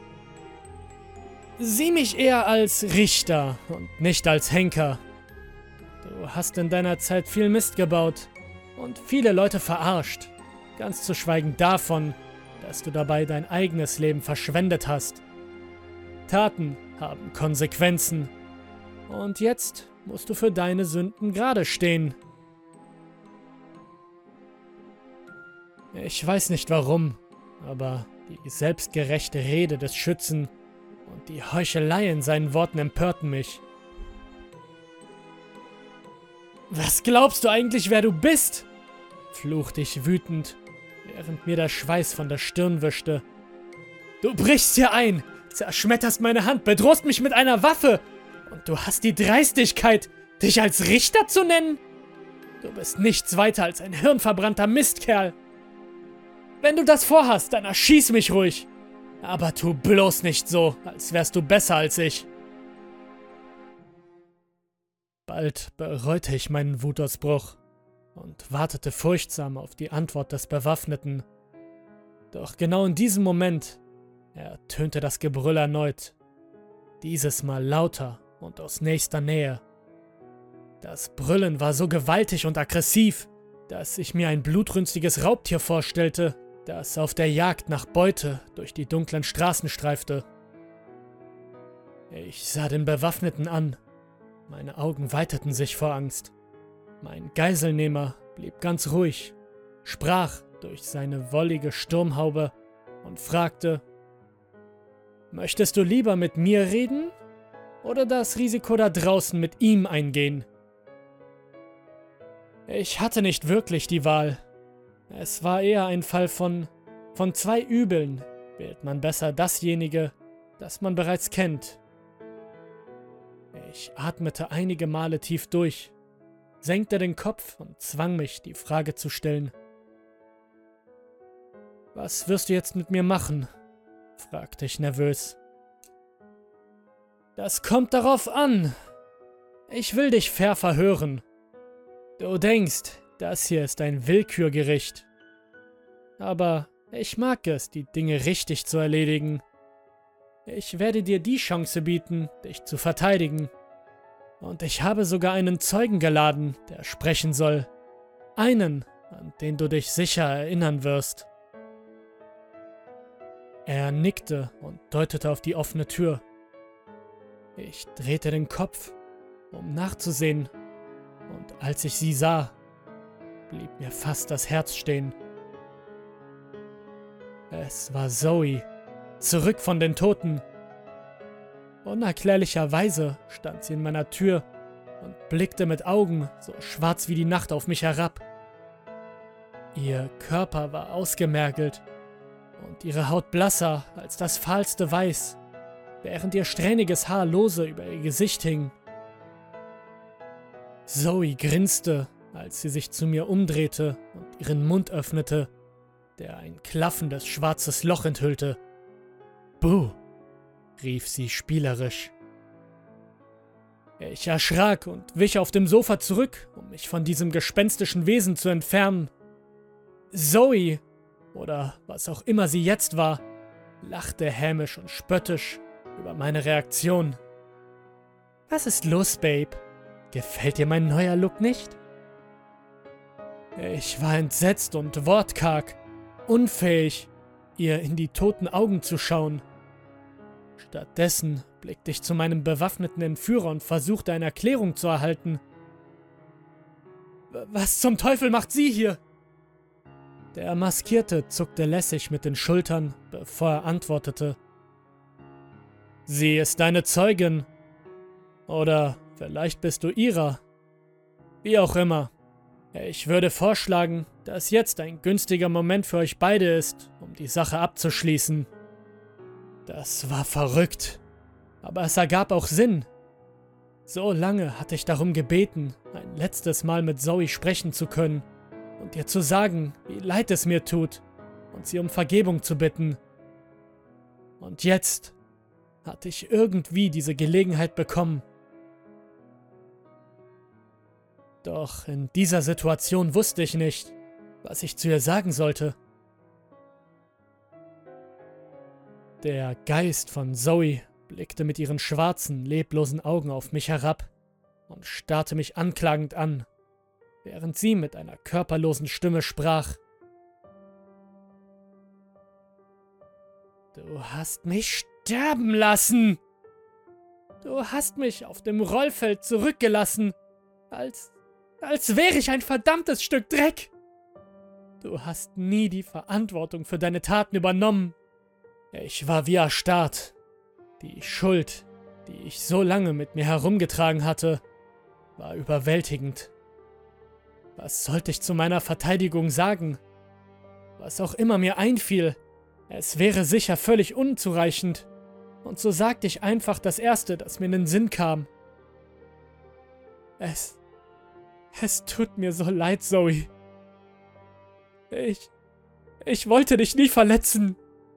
»Sieh mich eher als Richter und nicht als Henker. Du hast in deiner Zeit viel Mist gebaut und viele Leute verarscht, ganz zu schweigen davon, dass du dabei dein eigenes Leben verschwendet hast. Taten haben Konsequenzen und jetzt musst du für deine Sünden gerade stehen.« Ich weiß nicht warum, aber die selbstgerechte Rede des Schützen und die Heuchelei in seinen Worten empörten mich. »Was glaubst du eigentlich, wer du bist?« fluchte ich wütend, während mir der Schweiß von der Stirn wischte. »Du brichst hier ein, zerschmetterst meine Hand, bedrohst mich mit einer Waffe und du hast die Dreistigkeit, dich als Richter zu nennen? Du bist nichts weiter als ein hirnverbrannter Mistkerl. Wenn du das vorhast, dann erschieß mich ruhig. Aber tu bloß nicht so, als wärst du besser als ich. Bald bereute ich meinen Wutausbruch und wartete furchtsam auf die Antwort des Bewaffneten. Doch genau in diesem Moment ertönte das Gebrüll erneut. Dieses Mal lauter und aus nächster Nähe. Das Brüllen war so gewaltig und aggressiv, dass ich mir ein blutrünstiges Raubtier vorstellte, das auf der Jagd nach Beute durch die dunklen Straßen streifte. Ich sah den Bewaffneten an. Meine Augen weiteten sich vor Angst. Mein Geiselnehmer blieb ganz ruhig, sprach durch seine wollige Sturmhaube und fragte: »Möchtest du lieber mit mir reden oder das Risiko da draußen mit ihm eingehen?« Ich hatte nicht wirklich die Wahl. Es war eher ein Fall von, von zwei Übeln. Wählt man besser dasjenige, das man bereits kennt. Ich atmete einige Male tief durch, senkte den Kopf und zwang mich, die Frage zu stellen. »Was wirst du jetzt mit mir machen?« fragte ich nervös. »Das kommt darauf an. Ich will dich fair verhören. Du denkst, das hier ist ein Willkürgericht. Aber ich mag es, die Dinge richtig zu erledigen. Ich werde dir die Chance bieten, dich zu verteidigen. Und ich habe sogar einen Zeugen geladen, der sprechen soll. Einen, an den du dich sicher erinnern wirst.« Er nickte und deutete auf die offene Tür. Ich drehte den Kopf, um nachzusehen, und als ich sie sah, blieb mir fast das Herz stehen. Es war Zoe, zurück von den Toten. Unerklärlicherweise stand sie in meiner Tür und blickte mit Augen so schwarz wie die Nacht auf mich herab. Ihr Körper war ausgemergelt und ihre Haut blasser als das fahlste Weiß, während ihr strähniges Haar lose über ihr Gesicht hing. Zoe grinste, als sie sich zu mir umdrehte und ihren Mund öffnete, der ein klaffendes schwarzes Loch enthüllte. »Buh«, rief sie spielerisch. Ich erschrak und wich auf dem Sofa zurück, um mich von diesem gespenstischen Wesen zu entfernen. Zoe, oder was auch immer sie jetzt war, lachte hämisch und spöttisch über meine Reaktion. »Was ist los, Babe? Gefällt dir mein neuer Look nicht?« Ich war entsetzt und wortkarg, unfähig, ihr in die toten Augen zu schauen. Stattdessen blickte ich zu meinem bewaffneten Entführer und versuchte eine Erklärung zu erhalten. »Was zum Teufel macht sie hier?« Der Maskierte zuckte lässig mit den Schultern, bevor er antwortete. »Sie ist deine Zeugin. Oder vielleicht bist du ihrer. Wie auch immer. Ich würde vorschlagen, dass jetzt ein günstiger Moment für euch beide ist, um die Sache abzuschließen.« Das war verrückt, aber es ergab auch Sinn. So lange hatte ich darum gebeten, ein letztes Mal mit Zoe sprechen zu können und ihr zu sagen, wie leid es mir tut und sie um Vergebung zu bitten. Und jetzt hatte ich irgendwie diese Gelegenheit bekommen. Doch in dieser Situation wusste ich nicht, was ich zu ihr sagen sollte. Der Geist von Zoe blickte mit ihren schwarzen, leblosen Augen auf mich herab und starrte mich anklagend an, während sie mit einer körperlosen Stimme sprach. »Du hast mich sterben lassen! Du hast mich auf dem Rollfeld zurückgelassen, als, als wäre ich ein verdammtes Stück Dreck! Du hast nie die Verantwortung für deine Taten übernommen. Ich war wie erstarrt. Die Schuld, die ich so lange mit mir herumgetragen hatte, war überwältigend. Was sollte ich zu meiner Verteidigung sagen? Was auch immer mir einfiel, es wäre sicher völlig unzureichend. Und so sagte ich einfach das Erste, das mir in den Sinn kam. Es... Es tut mir so leid, Zoe. Ich... Ich wollte dich nie verletzen.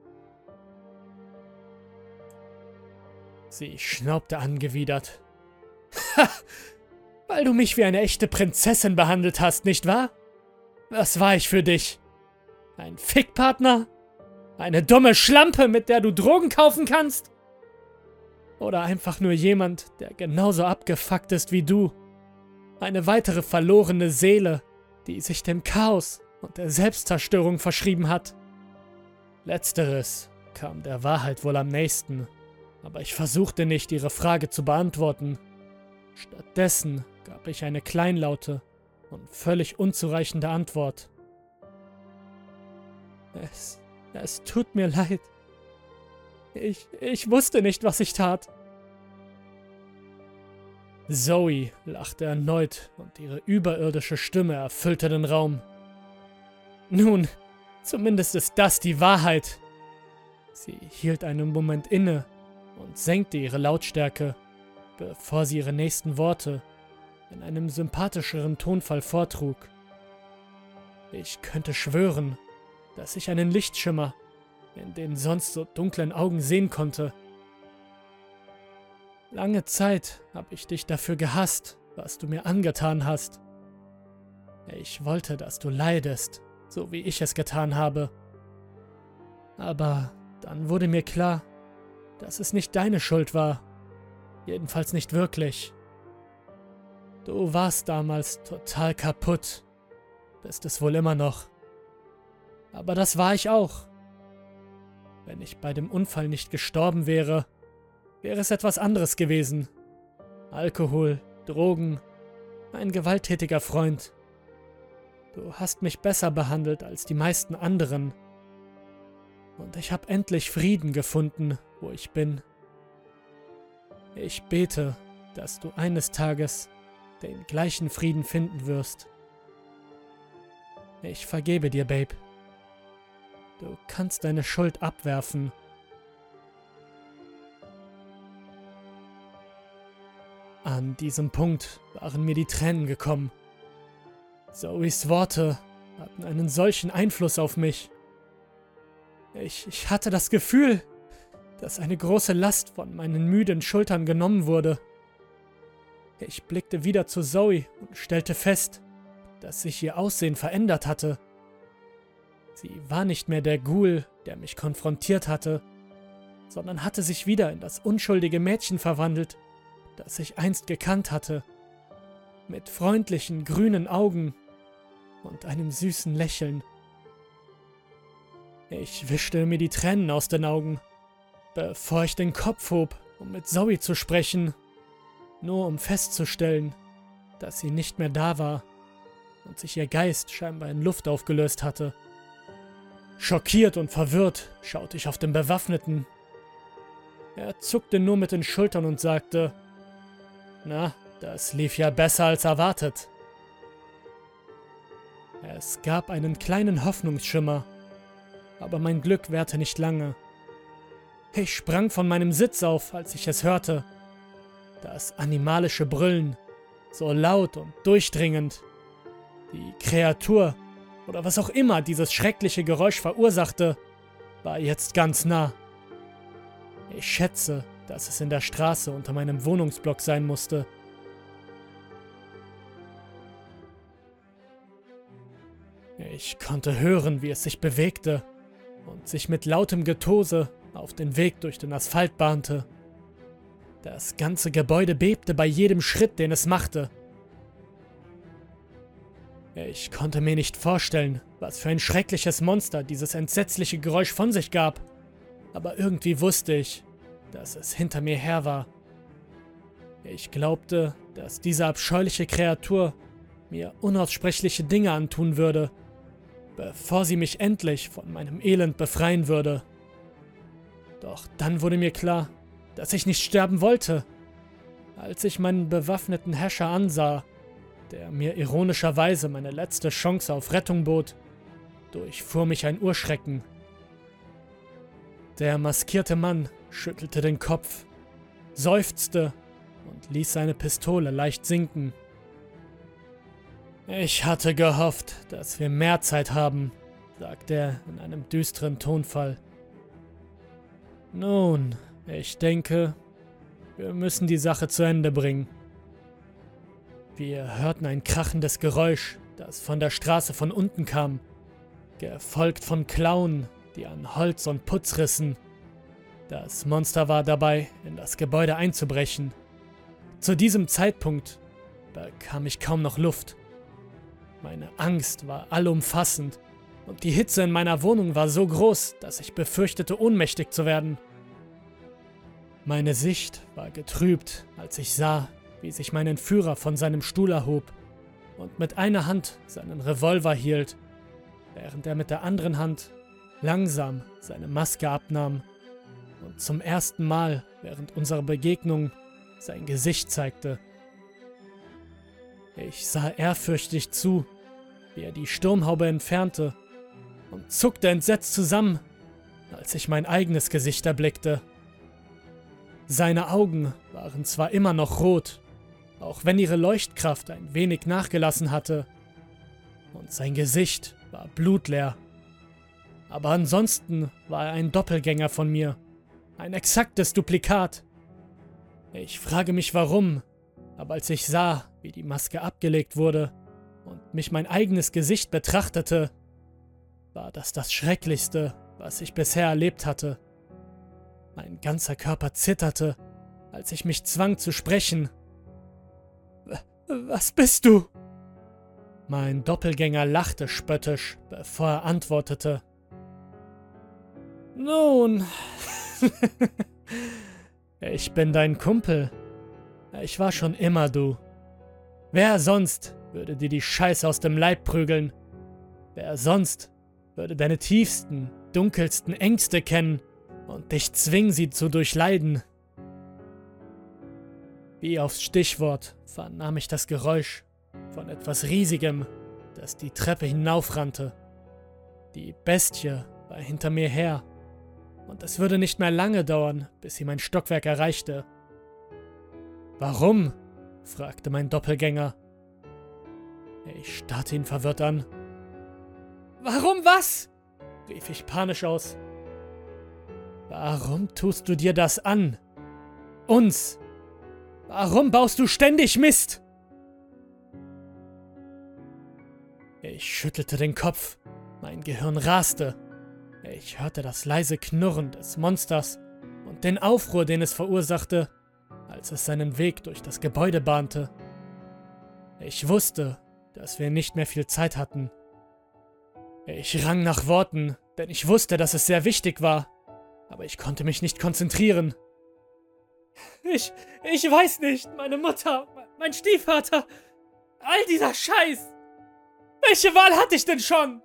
Sie schnaubte angewidert. Ha! Weil du mich wie eine echte Prinzessin behandelt hast, nicht wahr? Was war ich für dich? Ein Fickpartner? Eine dumme Schlampe, mit der du Drogen kaufen kannst? Oder einfach nur jemand, der genauso abgefuckt ist wie du? Eine weitere verlorene Seele, die sich dem Chaos und der Selbstzerstörung verschrieben hat? Letzteres kam der Wahrheit wohl am nächsten, aber ich versuchte nicht, ihre Frage zu beantworten. Stattdessen gab ich eine kleinlaute und völlig unzureichende Antwort. Es, es tut mir leid. Ich, ich wusste nicht, was ich tat. Zoe lachte erneut und ihre überirdische Stimme erfüllte den Raum. Nun, zumindest ist das die Wahrheit. Sie hielt einen Moment inne und senkte ihre Lautstärke, bevor sie ihre nächsten Worte in einem sympathischeren Tonfall vortrug. Ich könnte schwören, dass ich einen Lichtschimmer in den sonst so dunklen Augen sehen konnte. Lange Zeit habe ich dich dafür gehasst, was du mir angetan hast. Ich wollte, dass du leidest, so wie ich es getan habe. Aber dann wurde mir klar, dass es nicht deine Schuld war. Jedenfalls nicht wirklich. Du warst damals total kaputt. Bist es wohl immer noch. Aber das war ich auch. Wenn ich bei dem Unfall nicht gestorben wäre, wäre es etwas anderes gewesen. Alkohol, Drogen, ein gewalttätiger Freund. Du hast mich besser behandelt als die meisten anderen. Und ich habe endlich Frieden gefunden, wo ich bin. Ich bete, dass du eines Tages den gleichen Frieden finden wirst. Ich vergebe dir, Babe. Du kannst deine Schuld abwerfen. An diesem Punkt waren mir die Tränen gekommen. Zoes Worte hatten einen solchen Einfluss auf mich. Ich, ich hatte das Gefühl, dass eine große Last von meinen müden Schultern genommen wurde. Ich blickte wieder zu Zoe und stellte fest, dass sich ihr Aussehen verändert hatte. Sie war nicht mehr der Ghoul, der mich konfrontiert hatte, sondern hatte sich wieder in das unschuldige Mädchen verwandelt, das ich einst gekannt hatte, mit freundlichen grünen Augen und einem süßen Lächeln. Ich wischte mir die Tränen aus den Augen, bevor ich den Kopf hob, um mit Zoe zu sprechen, nur um festzustellen, dass sie nicht mehr da war und sich ihr Geist scheinbar in Luft aufgelöst hatte. Schockiert und verwirrt schaute ich auf den Bewaffneten. Er zuckte nur mit den Schultern und sagte, »Na, das lief ja besser als erwartet.« Es gab einen kleinen Hoffnungsschimmer, aber mein Glück währte nicht lange. Ich sprang von meinem Sitz auf, als ich es hörte. Das animalische Brüllen, so laut und durchdringend. Die Kreatur, oder was auch immer dieses schreckliche Geräusch verursachte, war jetzt ganz nah. Ich schätze, dass es in der Straße unter meinem Wohnungsblock sein musste. Ich konnte hören, wie es sich bewegte und sich mit lautem Getose auf den Weg durch den Asphalt bahnte. Das ganze Gebäude bebte bei jedem Schritt, den es machte. Ich konnte mir nicht vorstellen, was für ein schreckliches Monster dieses entsetzliche Geräusch von sich gab, aber irgendwie wusste ich, dass es hinter mir her war. Ich glaubte, dass diese abscheuliche Kreatur mir unaussprechliche Dinge antun würde, bevor sie mich endlich von meinem Elend befreien würde. Doch dann wurde mir klar, dass ich nicht sterben wollte. Als ich meinen bewaffneten Herrscher ansah, der mir ironischerweise meine letzte Chance auf Rettung bot, durchfuhr mich ein Urschrecken. Der maskierte Mann schüttelte den Kopf, seufzte und ließ seine Pistole leicht sinken. »Ich hatte gehofft, dass wir mehr Zeit haben«, sagt er in einem düsteren Tonfall. Nun, ich denke, wir müssen die Sache zu Ende bringen. Wir hörten ein krachendes Geräusch, das von der Straße von unten kam, gefolgt von Klauen, die an Holz und Putz rissen. Das Monster war dabei, in das Gebäude einzubrechen. Zu diesem Zeitpunkt bekam ich kaum noch Luft. Meine Angst war allumfassend und die Hitze in meiner Wohnung war so groß, dass ich befürchtete, ohnmächtig zu werden. Meine Sicht war getrübt, als ich sah, wie sich mein Entführer von seinem Stuhl erhob und mit einer Hand seinen Revolver hielt, während er mit der anderen Hand langsam seine Maske abnahm und zum ersten Mal während unserer Begegnung sein Gesicht zeigte. Ich sah ehrfürchtig zu, wie er die Sturmhaube entfernte und zuckte entsetzt zusammen, als ich mein eigenes Gesicht erblickte. Seine Augen waren zwar immer noch rot, auch wenn ihre Leuchtkraft ein wenig nachgelassen hatte, und sein Gesicht war blutleer. Aber ansonsten war er ein Doppelgänger von mir, ein exaktes Duplikat. Ich frage mich warum, aber als ich sah, wie die Maske abgelegt wurde und mich mein eigenes Gesicht betrachtete, war das das Schrecklichste, was ich bisher erlebt hatte. Mein ganzer Körper zitterte, als ich mich zwang zu sprechen. »Was bist du?« Mein Doppelgänger lachte spöttisch, bevor er antwortete. »Nun, ich bin dein Kumpel. Ich war schon immer du. Wer sonst würde dir die Scheiße aus dem Leib prügeln? Wer sonst würde deine tiefsten, dunkelsten Ängste kennen und dich zwingen, sie zu durchleiden?« Wie aufs Stichwort vernahm ich das Geräusch von etwas Riesigem, das die Treppe hinaufrannte. Die Bestie war hinter mir her, und es würde nicht mehr lange dauern, bis sie mein Stockwerk erreichte. »Warum?« fragte mein Doppelgänger. Ich starrte ihn verwirrt an. »Warum was?« rief ich panisch aus. »Warum tust du dir das an? Uns? Warum baust du ständig Mist?« Ich schüttelte den Kopf. Mein Gehirn raste. Ich hörte das leise Knurren des Monsters und den Aufruhr, den es verursachte, als es seinen Weg durch das Gebäude bahnte. Ich wusste, dass wir nicht mehr viel Zeit hatten. Ich rang nach Worten, denn ich wusste, dass es sehr wichtig war, aber ich konnte mich nicht konzentrieren. Ich, ich weiß nicht, meine Mutter, mein Stiefvater, all dieser Scheiß. Welche Wahl hatte ich denn schon?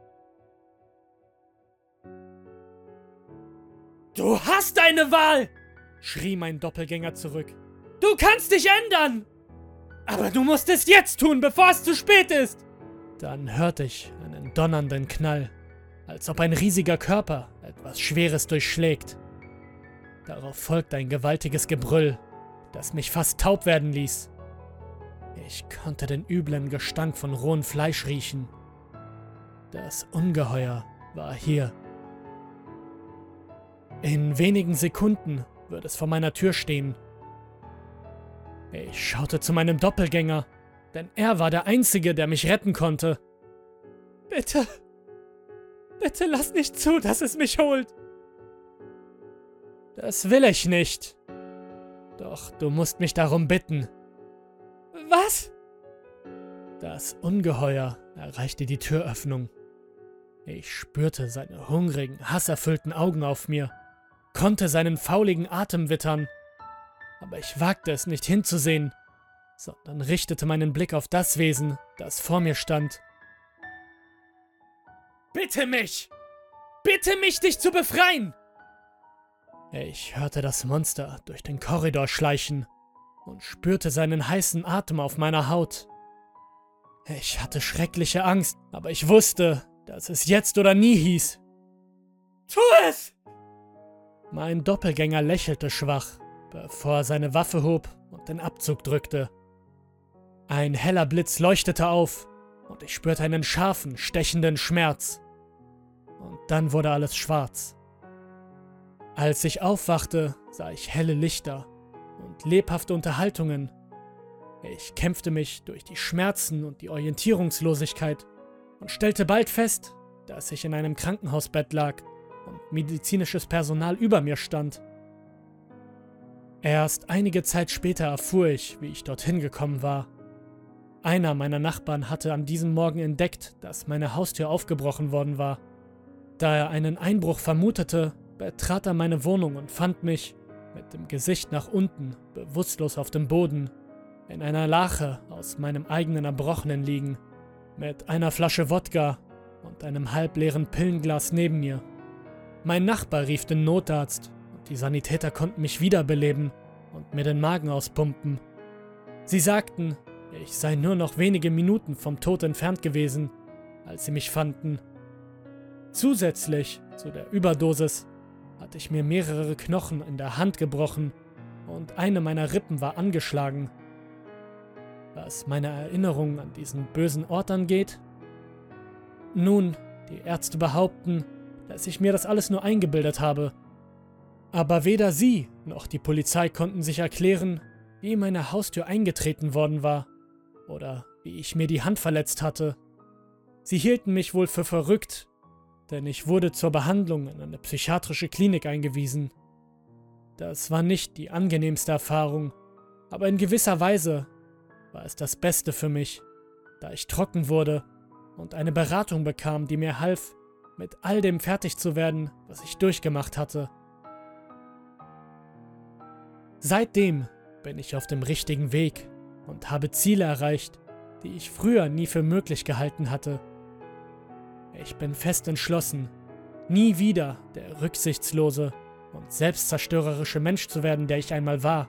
»Du hast eine Wahl!« schrie mein Doppelgänger zurück. »Du kannst dich ändern! Aber du musst es jetzt tun, bevor es zu spät ist!« Dann hörte ich einen donnernden Knall, als ob ein riesiger Körper etwas Schweres durchschlägt. Darauf folgte ein gewaltiges Gebrüll, das mich fast taub werden ließ. Ich konnte den üblen Gestank von rohem Fleisch riechen. Das Ungeheuer war hier. In wenigen Sekunden würde es vor meiner Tür stehen. Ich schaute zu meinem Doppelgänger, denn er war der Einzige, der mich retten konnte. »Bitte, bitte lass nicht zu, dass es mich holt!« »Das will ich nicht. Doch du musst mich darum bitten.« »Was?« Das Ungeheuer erreichte die Türöffnung. Ich spürte seine hungrigen, hasserfüllten Augen auf mir, konnte seinen fauligen Atem wittern, aber ich wagte es nicht hinzusehen, sondern richtete meinen Blick auf das Wesen, das vor mir stand. »Bitte mich! Bitte mich, dich zu befreien!« Ich hörte das Monster durch den Korridor schleichen und spürte seinen heißen Atem auf meiner Haut. Ich hatte schreckliche Angst, aber ich wusste, dass es jetzt oder nie hieß. »Tu es!« Mein Doppelgänger lächelte schwach, bevor er seine Waffe hob und den Abzug drückte. Ein heller Blitz leuchtete auf und ich spürte einen scharfen, stechenden Schmerz. und dann wurde alles schwarz. Als ich aufwachte, sah ich helle Lichter und lebhafte Unterhaltungen. Ich kämpfte mich durch die Schmerzen und die Orientierungslosigkeit und stellte bald fest, dass ich in einem Krankenhausbett lag und medizinisches Personal über mir stand. Erst einige Zeit später erfuhr ich, wie ich dorthin gekommen war. Einer meiner Nachbarn hatte an diesem Morgen entdeckt, dass meine Haustür aufgebrochen worden war. Da er einen Einbruch vermutete, betrat er meine Wohnung und fand mich, mit dem Gesicht nach unten, bewusstlos auf dem Boden, in einer Lache aus meinem eigenen Erbrochenen liegen, mit einer Flasche Wodka und einem halbleeren Pillenglas neben mir. Mein Nachbar rief den Notarzt und die Sanitäter konnten mich wiederbeleben und mir den Magen auspumpen. Sie sagten, ich sei nur noch wenige Minuten vom Tod entfernt gewesen, als sie mich fanden. Zusätzlich zu der Überdosis hatte ich mir mehrere Knochen in der Hand gebrochen und eine meiner Rippen war angeschlagen. Was meine Erinnerung an diesen bösen Ort angeht? Nun, die Ärzte behaupten, dass ich mir das alles nur eingebildet habe. Aber weder sie noch die Polizei konnten sich erklären, wie meine Haustür eingetreten worden war oder wie ich mir die Hand verletzt hatte. Sie hielten mich wohl für verrückt, denn ich wurde zur Behandlung in eine psychiatrische Klinik eingewiesen. Das war nicht die angenehmste Erfahrung, aber in gewisser Weise war es das Beste für mich, da ich trocken wurde und eine Beratung bekam, die mir half, mit all dem fertig zu werden, was ich durchgemacht hatte. Seitdem bin ich auf dem richtigen Weg und habe Ziele erreicht, die ich früher nie für möglich gehalten hatte. Ich bin fest entschlossen, nie wieder der rücksichtslose und selbstzerstörerische Mensch zu werden, der ich einmal war.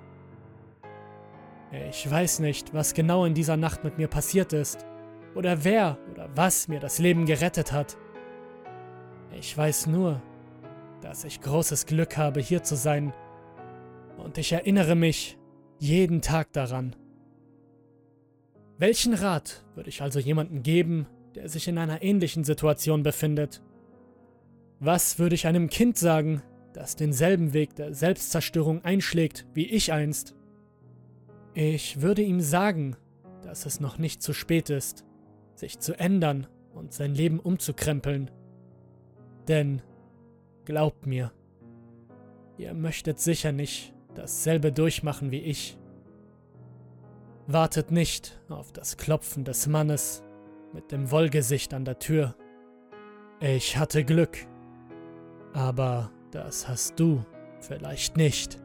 Ich weiß nicht, was genau in dieser Nacht mit mir passiert ist, oder wer oder was mir das Leben gerettet hat. Ich weiß nur, dass ich großes Glück habe, hier zu sein, und ich erinnere mich jeden Tag daran. Welchen Rat würde ich also jemandem geben, der sich in einer ähnlichen Situation befindet? Was würde ich einem Kind sagen, das denselben Weg der Selbstzerstörung einschlägt wie ich einst? Ich würde ihm sagen, dass es noch nicht zu spät ist, sich zu ändern und sein Leben umzukrempeln. Denn, glaubt mir, ihr möchtet sicher nicht dasselbe durchmachen wie ich. Wartet nicht auf das Klopfen des Mannes mit dem Wollgesicht an der Tür. Ich hatte Glück, aber das hast du vielleicht nicht.